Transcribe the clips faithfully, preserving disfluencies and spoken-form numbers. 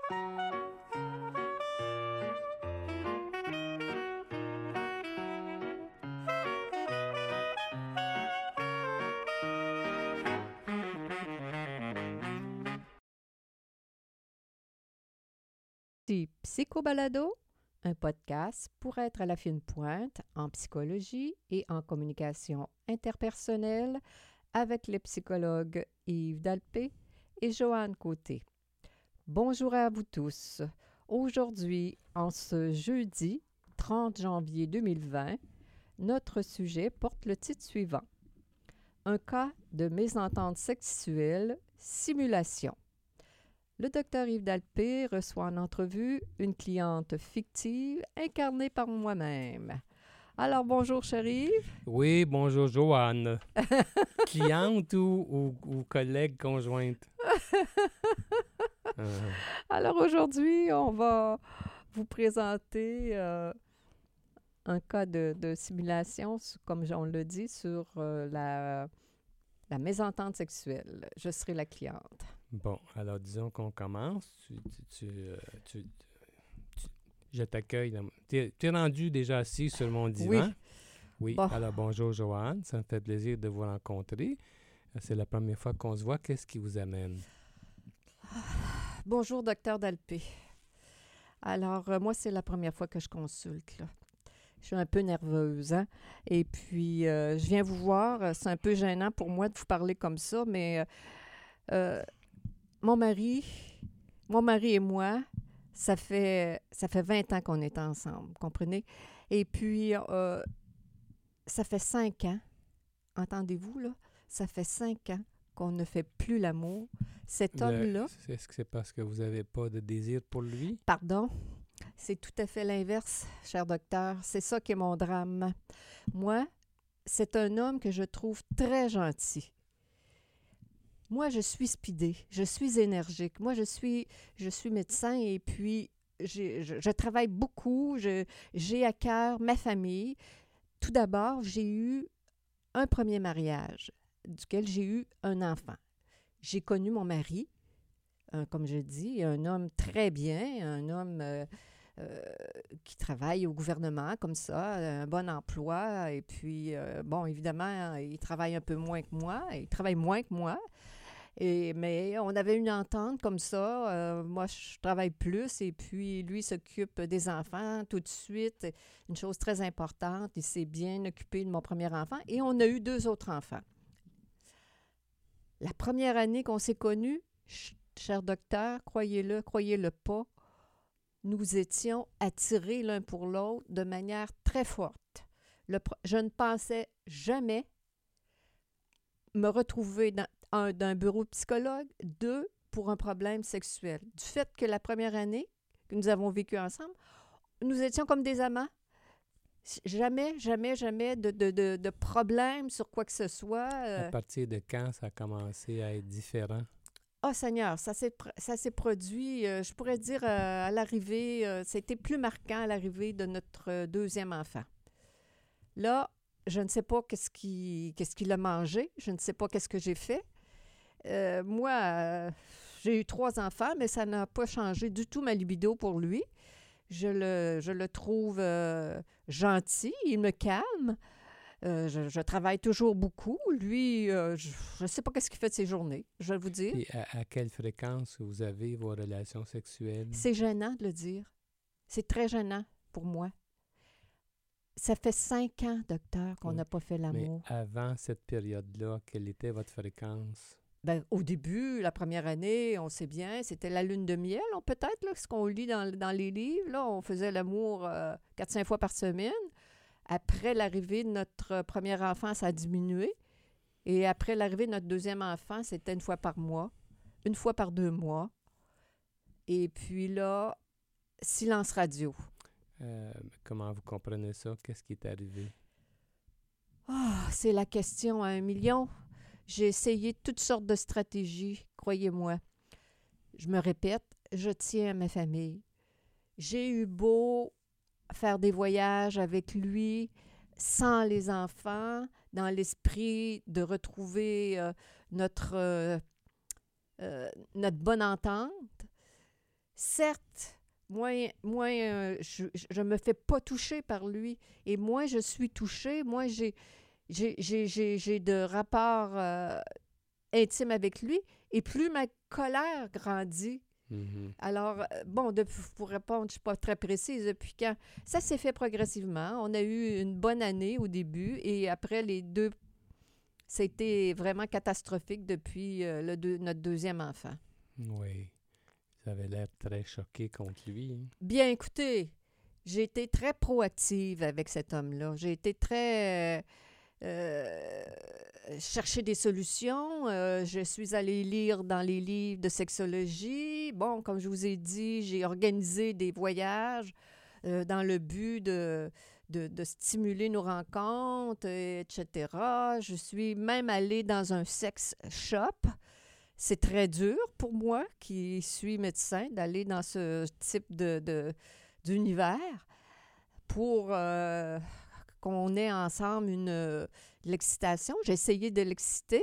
C'est Psychobalado, un podcast pour être à la fine pointe en psychologie et en communication interpersonnelle avec les psychologues Yves Dalpé et Joanne Côté. Bonjour à vous tous. Aujourd'hui, en ce jeudi trente janvier deux mille vingt, notre sujet porte le titre suivant. Un cas de mésentente sexuelle, simulation. Le docteur Yves Dalpé reçoit en entrevue une cliente fictive incarnée par moi-même. Alors, bonjour, cher Yves. Oui, bonjour, Joanne. Cliente ou, ou, ou collègue conjointe? euh. Alors, aujourd'hui, on va vous présenter euh, un cas de, de simulation, comme on l'a dit, sur euh, la, la mésentente sexuelle. Je serai la cliente. Bon, alors disons qu'on commence. Tu, tu, tu, euh, tu, tu, je t'accueille. Tu es rendu déjà assis sur mon divan? Oui. Oui. Bon. Alors, bonjour, Joanne. Ça me fait plaisir de vous rencontrer. C'est la première fois qu'on se voit. Qu'est-ce qui vous amène? Bonjour, docteur Dalpé. Alors, euh, moi, c'est la première fois que je consulte, là. Je suis un peu nerveuse, hein? Et puis, euh, je viens vous voir. C'est un peu gênant pour moi de vous parler comme ça, mais euh, mon mari, mon mari et moi, ça fait, ça fait vingt ans qu'on est ensemble, comprenez? Et puis, euh, ça fait cinq ans, entendez-vous, là? Ça fait cinq ans qu'on ne fait plus l'amour. Cet Le, homme-là... Est-ce que c'est parce que vous n'avez pas de désir pour lui? Pardon? C'est tout à fait l'inverse, cher docteur. C'est ça qui est mon drame. Moi, c'est un homme que je trouve très gentil. Moi, je suis speedée, je suis énergique. Moi, je suis, je suis médecin et puis j'ai, je, je travaille beaucoup. Je, j'ai à cœur ma famille. Tout d'abord, j'ai eu un premier mariage duquel j'ai eu un enfant. J'ai connu mon mari, un, comme je dis, un homme très bien, un homme euh, euh, qui travaille au gouvernement comme ça, un bon emploi. Et puis, euh, bon, évidemment, il travaille un peu moins que moi. Il travaille moins que moi. Et, mais on avait une entente comme ça. Euh, moi, je travaille plus et puis lui s'occupe des enfants tout de suite. Une chose très importante, il s'est bien occupé de mon premier enfant et on a eu deux autres enfants. La première année qu'on s'est connus, ch- cher docteur, croyez-le, croyez-le pas, nous étions attirés l'un pour l'autre de manière très forte. Le, je ne pensais jamais me retrouver dans un, d'un bureau de psychologue, deux, pour un problème sexuel. Du fait que la première année que nous avons vécu ensemble, nous étions comme des amants. Jamais, jamais, jamais de, de, de, de problème sur quoi que ce soit. À partir de quand ça a commencé à être différent? Ah, oh, Seigneur, ça s'est, ça s'est produit, euh, je pourrais dire, euh, à l'arrivée, euh, c'était plus marquant à l'arrivée de notre euh, deuxième enfant. Là, je ne sais pas qu'est-ce qui, qu'est-ce qu'il a mangé, je ne sais pas qu'est-ce que j'ai fait. Euh, moi, euh, j'ai eu trois enfants, mais ça n'a pas changé du tout ma libido pour lui. Je le, je le trouve euh, gentil, il me calme. Euh, je, je travaille toujours beaucoup. Lui, euh, je ne sais pas qu'est-ce qu'il fait de ses journées, je vais vous dire. Et à, à quelle fréquence vous avez vos relations sexuelles? C'est gênant de le dire. C'est très gênant pour moi. Ça fait cinq ans, docteur, qu'on n'a oui, pas fait l'amour. Mais avant cette période-là, quelle était votre fréquence? Ben, au début, la première année, on sait bien, c'était la lune de miel, on, peut-être, là, ce qu'on lit dans, dans les livres. Là, on faisait l'amour euh, quatre cinq fois par semaine. Après l'arrivée de notre premier enfant, ça a diminué. Et après l'arrivée de notre deuxième enfant, c'était une fois par mois, une fois par deux mois. Et puis là, silence radio. Euh, comment vous comprenez ça? Qu'est-ce qui est arrivé? Ah, oh, c'est la question à un million. J'ai essayé toutes sortes de stratégies, croyez-moi. Je me répète, je tiens à ma famille. J'ai eu beau faire des voyages avec lui sans les enfants, dans l'esprit de retrouver euh, notre, euh, euh, notre bonne entente. certes, moins, moins euh, je ne me fais pas toucher par lui. Et moins je suis touchée, moins j'ai, j'ai, j'ai, j'ai, j'ai de rapports euh, intimes avec lui, et plus ma colère grandit. Mhm. Alors, euh, bon, de, pour répondre, je ne suis pas très précise depuis quand. Ça s'est fait progressivement. On a eu une bonne année au début, et après les deux, c'était vraiment catastrophique depuis euh, le deux, notre deuxième enfant. Oui. Vous avez l'air très choqué contre lui. Hein? Bien, écoutez, j'ai été très proactive avec cet homme-là. J'ai été très... Euh, euh, chercher des solutions. Euh, je suis allée lire dans les livres de sexologie. Bon, comme je vous ai dit, j'ai organisé des voyages euh, dans le but de, de, de stimuler nos rencontres, et cetera. Je suis même allée dans un sex shop. C'est très dur pour moi, qui suis médecin, d'aller dans ce type de, de, d'univers pour euh, qu'on ait ensemble une, euh, l'excitation. J'ai essayé de l'exciter.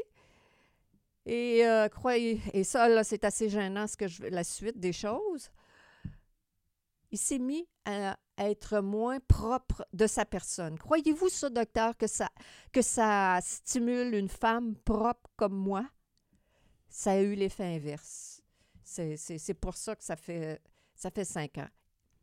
Et, euh, croyez, et ça, là, c'est assez gênant, ce que je, la suite des choses. Il s'est mis à être moins propre de sa personne. Croyez-vous ça, docteur, que ça, que ça stimule une femme propre comme moi? Ça a eu l'effet inverse. C'est, c'est, c'est pour ça que ça fait, ça fait cinq ans.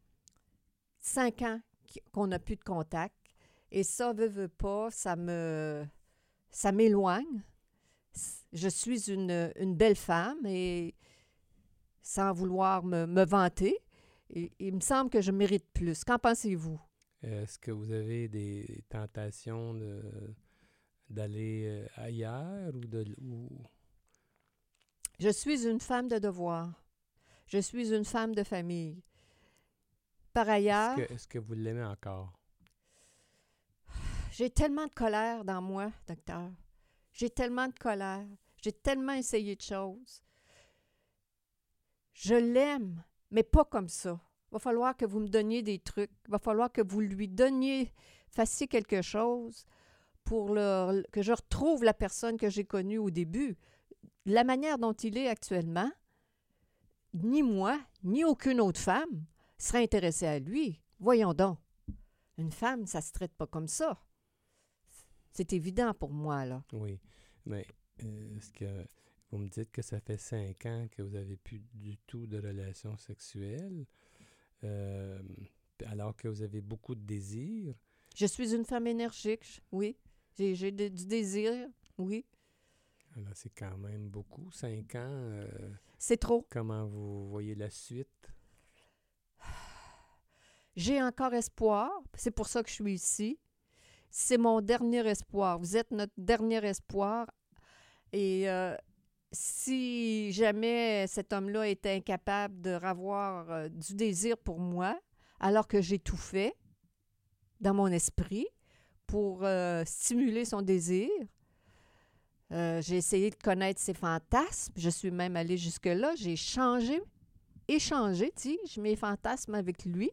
Cinq ans qu'on n'a plus de contact. Et ça, veut, veut pas, ça me, ça m'éloigne. Je suis une, une belle femme et sans vouloir me, me vanter, et, il me semble que je mérite plus. Qu'en pensez-vous? Est-ce que vous avez des tentations de, d'aller euh, ailleurs ou de... Ou... Je suis une femme de devoir. Je suis une femme de famille. Par ailleurs... Est-ce que, est-ce que vous l'aimez encore? J'ai tellement de colère dans moi, docteur. J'ai tellement de colère. J'ai tellement essayé de choses. Je l'aime, mais pas comme ça. Il va falloir que vous me donniez des trucs. Il va falloir que vous lui donniez, fassiez quelque chose pour le, que je retrouve la personne que j'ai connue au début. La manière dont il est actuellement, ni moi, ni aucune autre femme serait intéressée à lui. Voyons donc. Une femme, ça ne se traite pas comme ça. C'est évident pour moi, là. Oui, mais euh, est-ce que vous me dites que ça fait cinq ans que vous n'avez plus du tout de relations sexuelles, euh, alors que vous avez beaucoup de désirs? Je suis une femme énergique, oui. J'ai, j'ai de, du désir, oui. Alors, c'est quand même beaucoup, cinq ans. Euh, c'est trop. Comment vous voyez la suite? J'ai encore espoir. C'est pour ça que je suis ici. C'est mon dernier espoir. Vous êtes notre dernier espoir. Et euh, si jamais cet homme-là était incapable de ravoir euh, du désir pour moi, alors que j'ai tout fait dans mon esprit pour euh, stimuler son désir, euh, j'ai essayé de connaître ses fantasmes. Je suis même allée jusque-là. J'ai changé, échangé, tu sais, mes fantasmes avec lui.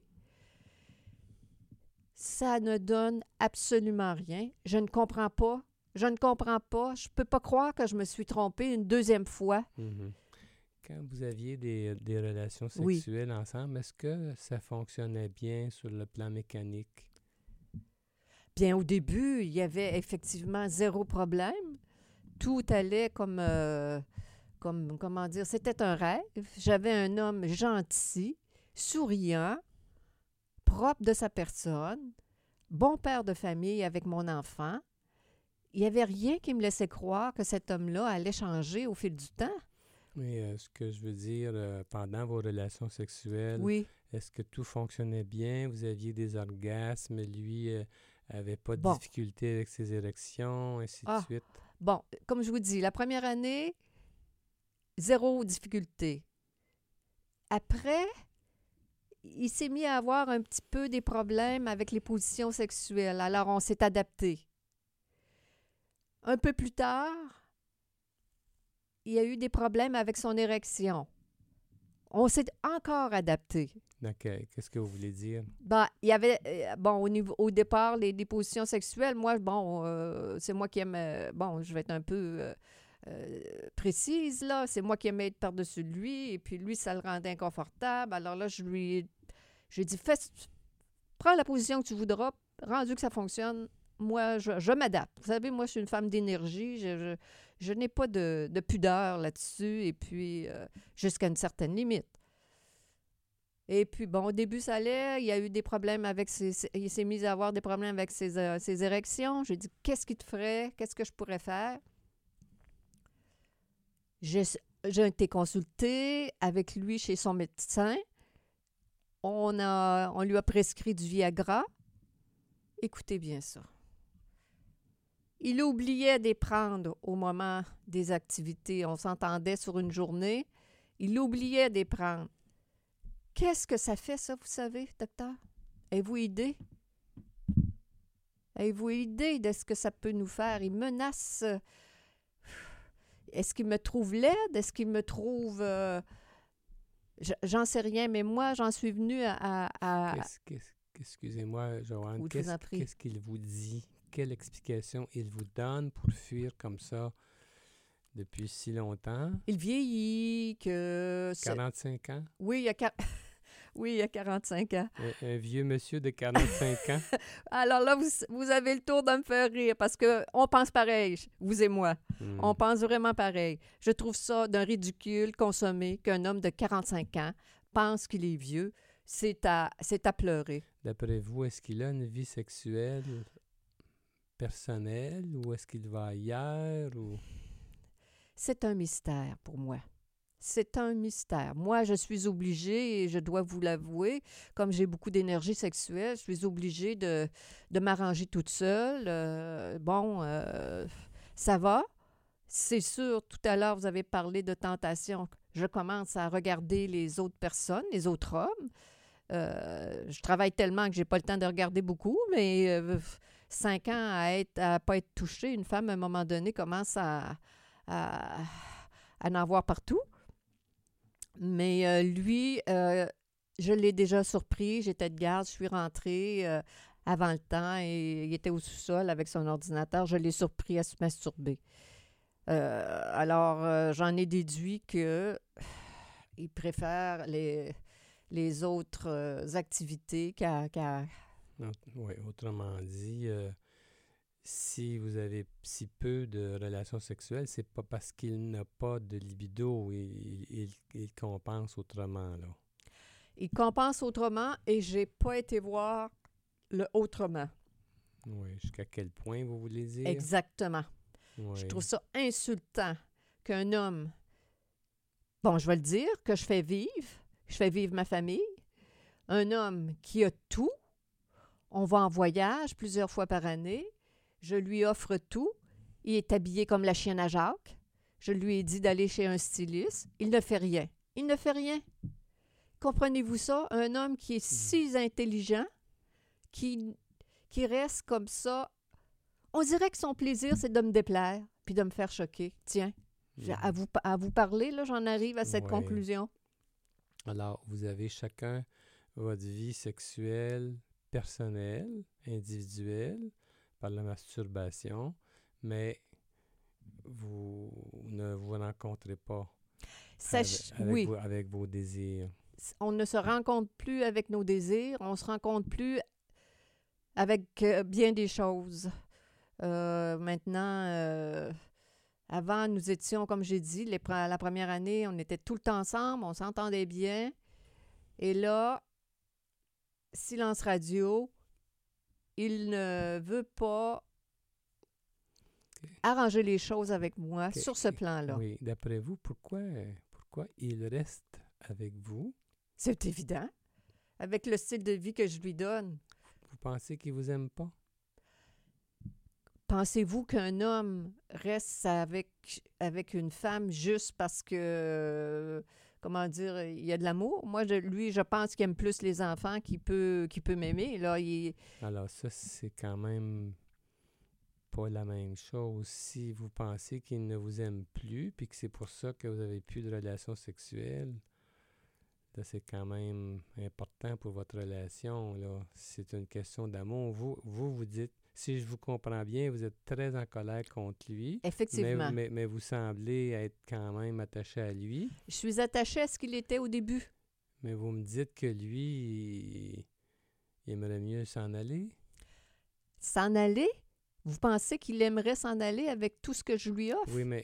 Ça ne donne absolument rien. Je ne comprends pas. Je ne comprends pas. Je ne peux pas croire que je me suis trompée une deuxième fois. Mm-hmm. Quand vous aviez des, des relations sexuelles oui. ensemble, est-ce que ça fonctionnait bien sur le plan mécanique? Bien, au début, il y avait effectivement zéro problème. Tout allait comme, euh, comme comment dire, c'était un rêve. J'avais un homme gentil, souriant, propre de sa personne, bon père de famille avec mon enfant. Il n'y avait rien qui me laissait croire que cet homme-là allait changer au fil du temps. Mais euh, ce que je veux dire, euh, pendant vos relations sexuelles, oui. est-ce que tout fonctionnait bien? Vous aviez des orgasmes, lui euh, avait pas de bon. difficulté avec ses érections, ainsi ah. de suite? Bon, comme je vous dis, la première année, zéro difficulté. Après, il s'est mis à avoir un petit peu des problèmes avec les positions sexuelles. Alors, on s'est adapté. Un peu plus tard, il y a eu des problèmes avec son érection. On s'est encore adapté. Okay. Qu'est-ce que vous voulez dire? Ben, il y avait, euh, bon, au, niveau, au départ, les, les positions sexuelles, moi, bon, euh, c'est moi qui aime, euh, bon, je vais être un peu, euh, euh, précise, là. C'est moi qui aimais être par-dessus lui, et puis lui, ça le rendait inconfortable. Alors là, je lui ai, j'ai dit, fais, prends la position que tu voudras, rendu que ça fonctionne, moi, je, je m'adapte. Vous savez, moi, je suis une femme d'énergie, je, je, je n'ai pas de, de pudeur là-dessus, et puis euh, jusqu'à une certaine limite. Et puis, bon, au début, ça allait. Il y a eu des problèmes avec ses... ses- il s'est mis à avoir des problèmes avec ses, euh, ses érections. J'ai dit, qu'est-ce qu'il te ferait? Qu'est-ce que je pourrais faire? J'ai, j'ai été consultée avec lui chez son médecin. On, a, on lui a prescrit du Viagra. Écoutez bien ça. Il oubliait de les prendre au moment des activités. On s'entendait sur une journée. Il oubliait de les prendre. Qu'est-ce que ça fait, ça, vous savez, docteur? Avez-vous idée? Avez-vous idée de ce que ça peut nous faire? Il menace. euh, Est-ce qu'il me trouve laide? Est-ce qu'il me trouve... euh, je- j'en sais rien, mais moi, j'en suis venue à... à- à- Qu'est-ce, qu'est-ce- excusez-moi, Joanne, Oui, je vous qu'est-ce, en prie. qu'est-ce qu'il vous dit? Quelle explication il vous donne pour fuir comme ça depuis si longtemps? Il vieillit, que... c'est- quarante-cinq ans? Oui, il y a, quar- oui, il y a quarante-cinq ans. Un, un vieux monsieur de quarante-cinq ans? Alors là, vous, vous avez le tour de me faire rire parce qu'on pense pareil, vous et moi. Hmm. On pense vraiment pareil. Je trouve ça d'un ridicule consommé qu'un homme de quarante-cinq ans pense qu'il est vieux. C'est à, c'est à pleurer. D'après vous, est-ce qu'il a une vie sexuelle personnelle ou est-ce qu'il va ailleurs? Ou... C'est un mystère pour moi. C'est un mystère. Moi, je suis obligée, et je dois vous l'avouer, comme j'ai beaucoup d'énergie sexuelle, je suis obligée de, de m'arranger toute seule. Euh, bon, euh, ça va. C'est sûr, tout à l'heure, vous avez parlé de tentation. Je commence à regarder les autres personnes, les autres hommes. Euh, je travaille tellement que j'ai pas le temps de regarder beaucoup, mais euh, cinq ans à être à pas être touchée, une femme, à un moment donné, commence à, à, à en avoir partout. Mais euh, lui, euh, je l'ai déjà surpris. J'étais de garde, je suis rentrée euh, avant le temps et il était au sous-sol avec son ordinateur. Je l'ai surpris à se masturber. Euh, alors, euh, j'en ai déduit que il préfère les, les autres euh, activités qu'à... qu'à- Oui, autrement dit, euh, si vous avez si peu de relations sexuelles, c'est pas parce qu'il n'a pas de libido, il, il, il compense autrement, là. Il compense autrement et j'ai pas été voir le autrement. Oui, jusqu'à quel point vous voulez dire? Exactement. Oui. Je trouve ça insultant qu'un homme, bon, je vais le dire, que je fais vivre, je fais vivre ma famille, un homme qui a tout, on va en voyage plusieurs fois par année, je lui offre tout, il est habillé comme la chienne à Jacques, je lui ai dit d'aller chez un styliste, il ne fait rien. Il ne fait rien. Comprenez-vous ça? Un homme qui est si intelligent, qui, qui reste comme ça, on dirait que son plaisir, c'est de me déplaire puis de me faire choquer. Tiens, j'ai- à, Mhm. vous, à vous parler, là, j'en arrive à cette Ouais. conclusion. Alors, vous avez chacun votre vie sexuelle personnelle, individuelle, par la masturbation, mais vous ne vous rencontrez pas avec, Sach- avec oui, vos, avec vos désirs. on ne se rencontre plus avec nos désirs, on se rencontre plus avec euh, bien des choses. Euh, maintenant, euh, avant, nous étions, comme j'ai dit, les pre- la première année, on était tout le temps ensemble, on s'entendait bien. Et là, silence radio, il ne veut pas Ok. arranger les choses avec moi Ok. sur ce plan-là. Oui, d'après vous, pourquoi, pourquoi il reste avec vous? C'est évident. Avec le style de vie que je lui donne. Vous pensez qu'il vous aime pas? Pensez-vous qu'un homme reste avec, avec une femme juste parce que, euh, comment dire, il y a de l'amour? Moi, je- lui, je pense qu'il aime plus les enfants qu'il peut, qu'il peut m'aimer. Là, il, Alors ça, c'est quand même pas la même chose. Si vous pensez qu'il ne vous aime plus, puis que c'est pour ça que vous avez plus de relations sexuelles, là, c'est quand même important pour votre relation, là. C'est une question d'amour. Vous, vous, vous dites si je vous comprends bien, vous êtes très en colère contre lui. Effectivement. Mais, mais, mais vous semblez être quand même attaché à lui. Je suis attachée à ce qu'il était au début. Mais vous me dites que lui, il, il aimerait mieux s'en aller? S'en aller? Vous pensez qu'il aimerait s'en aller avec tout ce que je lui offre? Oui, mais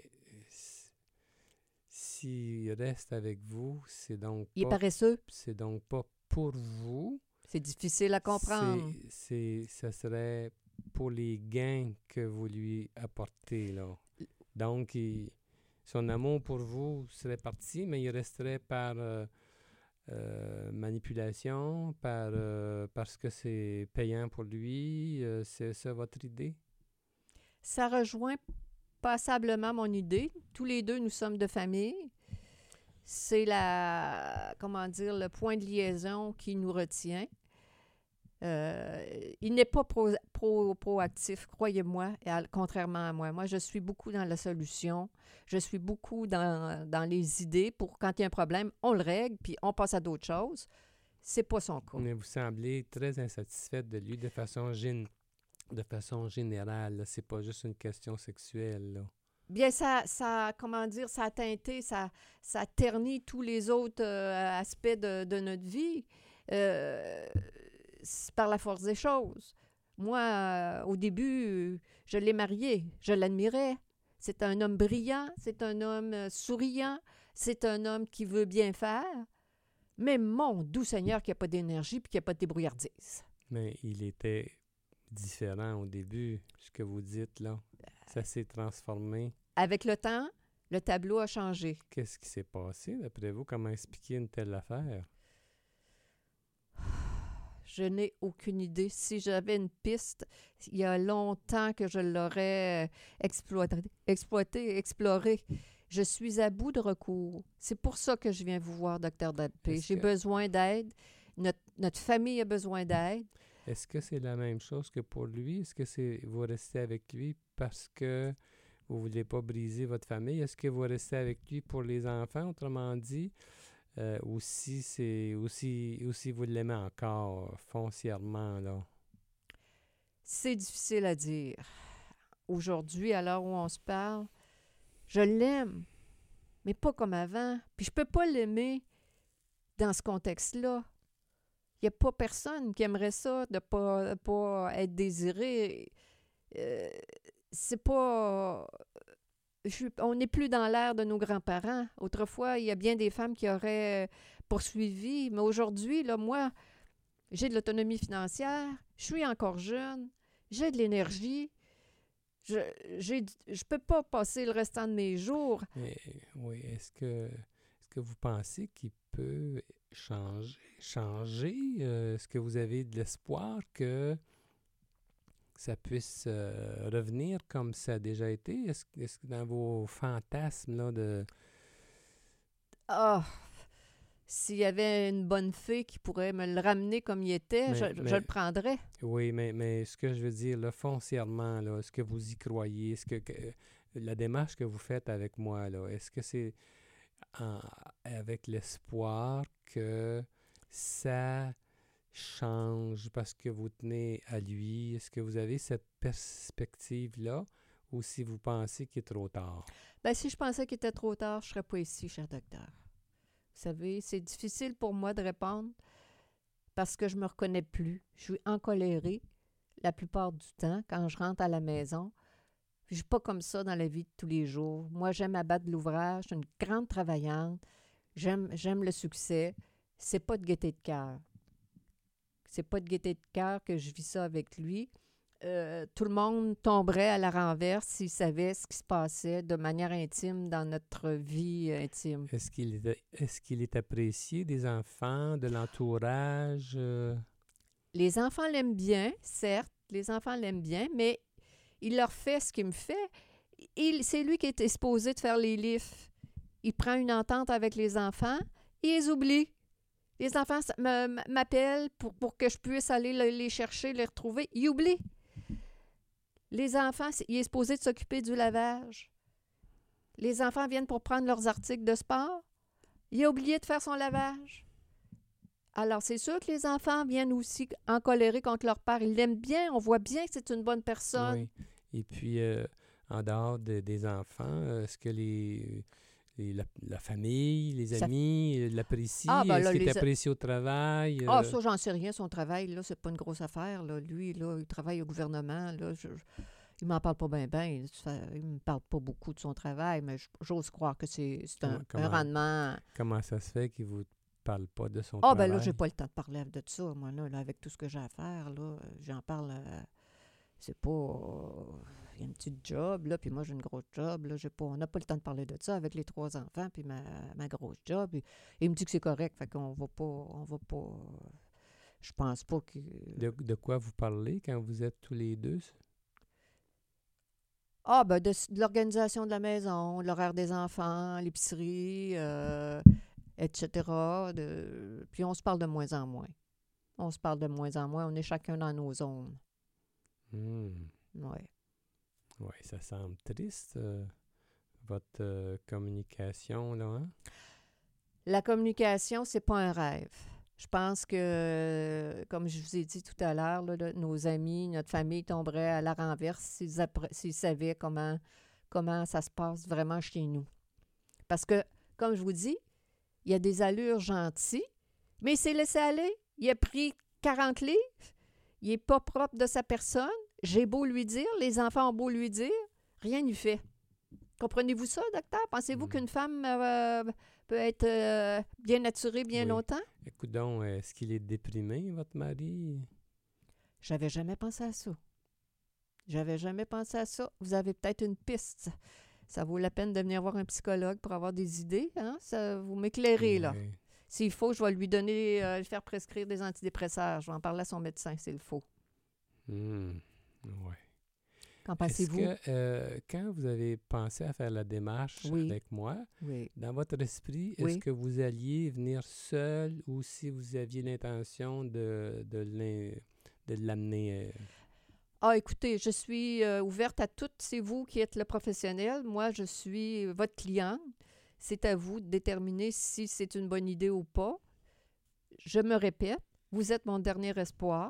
s'il reste avec vous, c'est donc Il est pas, paresseux. c'est donc pas pour vous. C'est difficile à comprendre. C'est, c'est, ça serait pour les gains que vous lui apportez, là. Donc, il, son amour pour vous serait parti, mais il resterait par euh, euh, manipulation, par euh, parce que c'est payant pour lui. Euh, c'est ça votre idée? Ça rejoint passablement mon idée. Tous les deux, nous sommes de famille. C'est la, comment dire, le point de liaison qui nous retient. Euh, il n'est pas pro, pro, proactif, croyez-moi, et à, contrairement à moi. Moi, je suis beaucoup dans la solution. Je suis beaucoup dans, dans les idées pour quand il y a un problème, on le règle, puis on passe à d'autres choses. C'est pas son cas. Mais vous semblez très insatisfaite de lui de façon, gén- de façon générale. Là. C'est pas juste une question sexuelle, là. Bien, ça, ça, comment dire, ça a teinté, ça, ça ternit tous les autres euh, aspects de, de notre vie euh, par la force des choses. Moi, euh, au début, je l'ai marié, je l'admirais. C'est un homme brillant, c'est un homme euh, souriant, c'est un homme qui veut bien faire. Mais mon doux Seigneur, qui n'a pas d'énergie puis qui n'a pas de débrouillardise. Mais il était différent au début, ce que vous dites, là. Ça s'est transformé. Avec le temps, le tableau a changé. Qu'est-ce qui s'est passé, d'après vous? Comment expliquer une telle affaire? Je n'ai aucune idée. Si j'avais une piste, il y a longtemps que je l'aurais exploité, exploité, exploré. Je suis à bout de recours. C'est pour ça que je viens vous voir, docteur Dalpé. J'ai que... besoin d'aide. Notre, notre famille a besoin d'aide. Est-ce que c'est la même chose que pour lui? Est-ce que c'est vous restez avec lui parce que vous ne voulez pas briser votre famille? Est-ce que vous restez avec lui pour les enfants, autrement dit? Euh, ou si c'est aussi, aussi vous l'aimez encore foncièrement, là? C'est difficile à dire. Aujourd'hui, à l'heure où on se parle, je l'aime, mais pas comme avant. Puis je peux pas l'aimer dans ce contexte-là. Il n'y a pas personne qui aimerait ça, de ne pas, pas être désiré. Euh, c'est pas... Je, on n'est plus dans l'ère de nos grands-parents. Autrefois, il y a bien des femmes qui auraient poursuivi, mais aujourd'hui, là, moi, j'ai de l'autonomie financière, je suis encore jeune, j'ai de l'énergie, je ne peux pas passer le restant de mes jours. Mais, oui, est-ce que, est-ce que vous pensez qu'il peut changer? changer? Euh, est-ce que vous avez de l'espoir que ça puisse euh, revenir comme ça a déjà été? Est-ce, est-ce que dans vos fantasmes là, de... Ah! Oh, s'il y avait une bonne fée qui pourrait me le ramener comme il était, mais, je, mais, je le prendrais. Oui, mais, mais ce que je veux dire, là, foncièrement, là, est-ce que vous y croyez? Est-ce que, que la démarche que vous faites avec moi, là, est-ce que c'est en, avec l'espoir que ça change parce que vous tenez à lui? Est-ce que vous avez cette perspective-là ou si vous pensez qu'il est trop tard? Bien, si je pensais qu'il était trop tard, je ne serais pas ici, cher docteur. Vous savez, c'est difficile pour moi de répondre parce que je ne me reconnais plus. Je suis encolérée la plupart du temps quand je rentre à la maison. Je ne suis pas comme ça dans la vie de tous les jours. Moi, j'aime abattre l'ouvrage. Je suis une grande travaillante. J'aime, j'aime le succès. C'est pas de gaieté de cœur. C'est pas de gaieté de cœur que je vis ça avec lui. Euh, tout le monde tomberait à la renverse s'il savait ce qui se passait de manière intime dans notre vie intime. Est-ce qu'il est, est-ce qu'il est apprécié des enfants, de l'entourage? Euh... Les enfants l'aiment bien, certes. Les enfants l'aiment bien, mais il leur fait ce qu'il me fait. Il, c'est lui qui est supposé de faire les livres. Il prend une entente avec les enfants et ils oublient. Les enfants me, m'appellent pour, pour que je puisse aller les chercher, les retrouver. Ils oublient. Les enfants, il est supposé de s'occuper du lavage. Les enfants viennent pour prendre leurs articles de sport. Il a oublié de faire son lavage. Alors, c'est sûr que les enfants viennent aussi en colère contre leur père. Ils l'aiment bien, on voit bien que c'est une bonne personne. Oui. Et puis, euh, en dehors de- des enfants, euh, est-ce que les, les- la, la famille, les Ça- amis euh, l'apprécient? Ah, ben Est-ce là, qu'il est les a- apprécié au travail? Ah, euh? ça, j'en sais rien. Son travail, là, c'est pas une grosse affaire. Là. Lui, là, il travaille au gouvernement. Là, je, je- il m'en parle pas bien, bien. Il, ça- il me parle pas beaucoup de son travail, mais j- j'ose croire que c'est c'est un, Comment, un comment, rendement. comment ça se fait qu'il vous parle pas de son Ah, ben là, travail? j'ai pas le temps de parler de ça. Moi, là, là, avec tout ce que j'ai à faire, là, j'en parle. euh, c'est pas. euh, Il y a une petite job, là, puis moi, j'ai une grosse job. Là, j'ai pas, on n'a pas le temps de parler de ça avec les trois enfants, puis ma, ma grosse job. Et, il me dit que c'est correct, fait qu'on va pas. On va pas. Je pense pas que. De, de quoi vous parlez quand vous êtes tous les deux? Ah, ben, de, de l'organisation de la maison, l'horaire des enfants, l'épicerie, euh, et cetera. De, puis on se parle de moins en moins. On se parle de moins en moins. On est chacun dans nos zones. Hmm. Oui. Oui, ça semble triste, euh, votre euh, communication, là, hein? La communication, c'est pas un rêve. Je pense que, comme je vous ai dit tout à l'heure, là, là, nos amis, notre famille tomberait à la renverse s'ils, appre- s'ils savaient comment, comment ça se passe vraiment chez nous. Parce que, comme je vous dis, il y a des allures gentilles, mais il s'est laissé aller. Il a pris quarante livres. Il n'est pas propre de sa personne. J'ai beau lui dire, les enfants ont beau lui dire, rien n'y fait. Comprenez-vous ça, docteur? Pensez-vous Mm. qu'une femme euh, peut être euh, bien naturée bien Oui. longtemps? Écoute donc, est-ce qu'il est déprimé, votre mari? J'avais jamais pensé à ça. J'avais jamais pensé à ça. Vous avez peut-être une piste. Ça vaut la peine de venir voir un psychologue pour avoir des idées. Hein? Ça, vous m'éclairez, là. Oui. S'il faut, je vais lui donner, euh, lui faire prescrire des antidépresseurs. Je vais en parler à son médecin s'il faut. Hmm. Ouais. Qu'en Est-ce pensez-vous? que euh, quand vous avez pensé à faire la démarche Oui. avec moi, Oui. dans votre esprit, est-ce Oui. que vous alliez venir seul ou si vous aviez l'intention de, de, l'in- de l'amener? euh, Ah, écoutez, je suis euh, ouverte à toutes. C'est vous qui êtes le professionnel. Moi, je suis votre cliente. C'est à vous de déterminer si c'est une bonne idée ou pas. Je me répète, vous êtes mon dernier espoir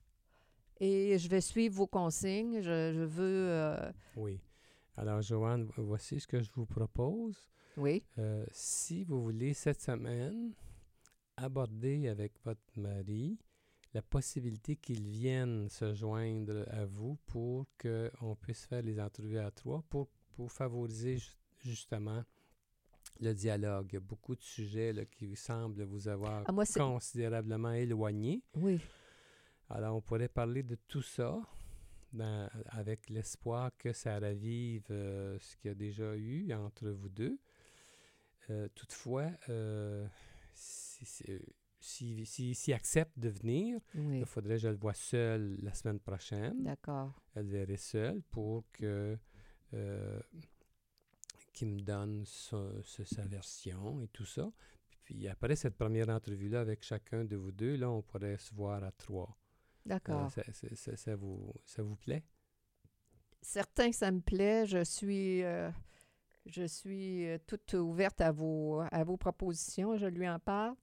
et je vais suivre vos consignes. Je, je veux... euh, Oui. Alors, Joanne, vo- voici ce que je vous propose. Oui, Euh, si vous voulez, cette semaine, aborder avec votre mari la possibilité qu'il vienne se joindre à vous pour qu'on puisse faire les entrevues à trois, pour, pour favoriser ju- justement le dialogue. Il y a beaucoup de sujets là, qui semblent vous avoir ah, moi, c'est... considérablement éloignés. Oui, Alors, on pourrait parler de tout ça dans- avec l'espoir que ça ravive euh, ce qu'il y a déjà eu entre vous deux. Euh, toutefois, euh, si, si, si, si- s'il accepte de venir, oui, il faudrait que je le voie seul la semaine prochaine. d'accord. Elle verrait seul pour que euh, qu'il me donne sa, sa- sa version et tout ça. Puis après cette première entrevue-là avec chacun de vous deux, là, on pourrait se voir à trois. Euh, D'accord. ça, ça- ça- ça vous, ça vous plaît? Certain que ça me plaît. Je suis, euh, je suis euh, toute ouverte à vos, à vos propositions. Je lui en parle.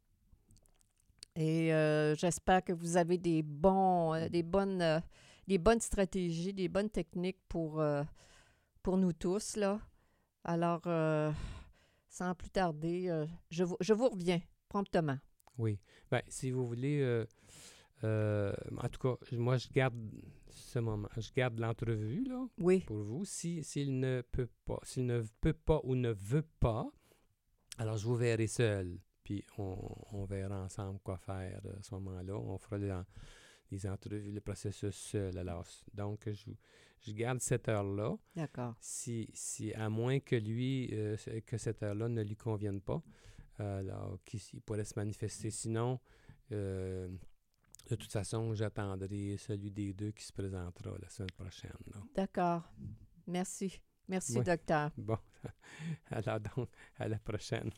Et euh, j'espère que vous avez des, bons, euh, des, bonnes, euh, des bonnes stratégies, des bonnes techniques pour, euh, pour nous tous, là. Alors, euh, sans plus tarder, euh, je, vous, je vous reviens promptement. Oui. Ben, si vous voulez, euh, euh, en tout cas, moi, je garde ce moment. Je garde l'entrevue, là, Oui, pour vous. Si, s'il ne peut pas, s'il ne peut pas ou ne veut pas, alors je vous verrai seul. Puis on, on verra ensemble quoi faire à ce moment-là. On fera les, en- les entrevues, le processus seul. Alors, s- donc, je, je garde cette heure-là. d'accord. Si, si, à moins que lui, euh, ce- que cette heure-là ne lui convienne pas, alors qu'il il pourrait se manifester. Sinon, euh, de toute façon, j'attendrai celui des deux qui se présentera la semaine prochaine. là. D'accord. Merci. Merci, Oui. docteur. Bon, alors donc, à la prochaine.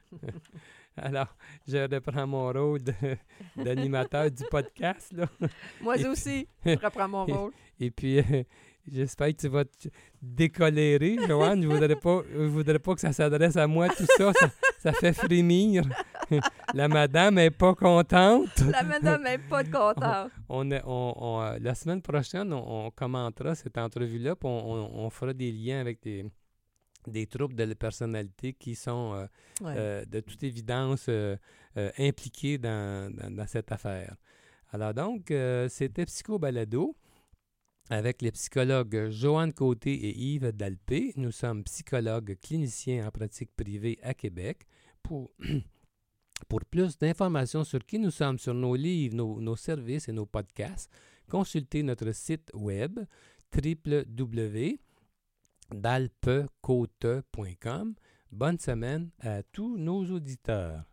Alors, je reprends mon rôle de- d'animateur du podcast, là. Moi Et puis- aussi, je reprends mon rôle. Et puis, euh, J'espère que tu vas te décolérer, Joanne. Je ne voudrais pas, je voudrais pas que ça s'adresse à moi, tout ça. Ça, ça fait frémir. La madame n'est pas contente. La madame n'est pas contente. On, on, on, on, la semaine prochaine, on, on commentera cette entrevue-là, puis on, on, on fera des liens avec des, des troubles de la personnalité qui sont, euh, Ouais. euh, de toute évidence, euh, euh, impliqués dans, dans, dans cette affaire. Alors donc, euh, c'était Psycho Balado avec les psychologues Joanne Côté et Yves Dalpé. Nous sommes psychologues cliniciens en pratique privée à Québec. Pour, pour plus d'informations sur qui nous sommes, sur nos livres, nos, nos services et nos podcasts, consultez notre site web w w w point dalpecote point com. Bonne semaine à tous nos auditeurs.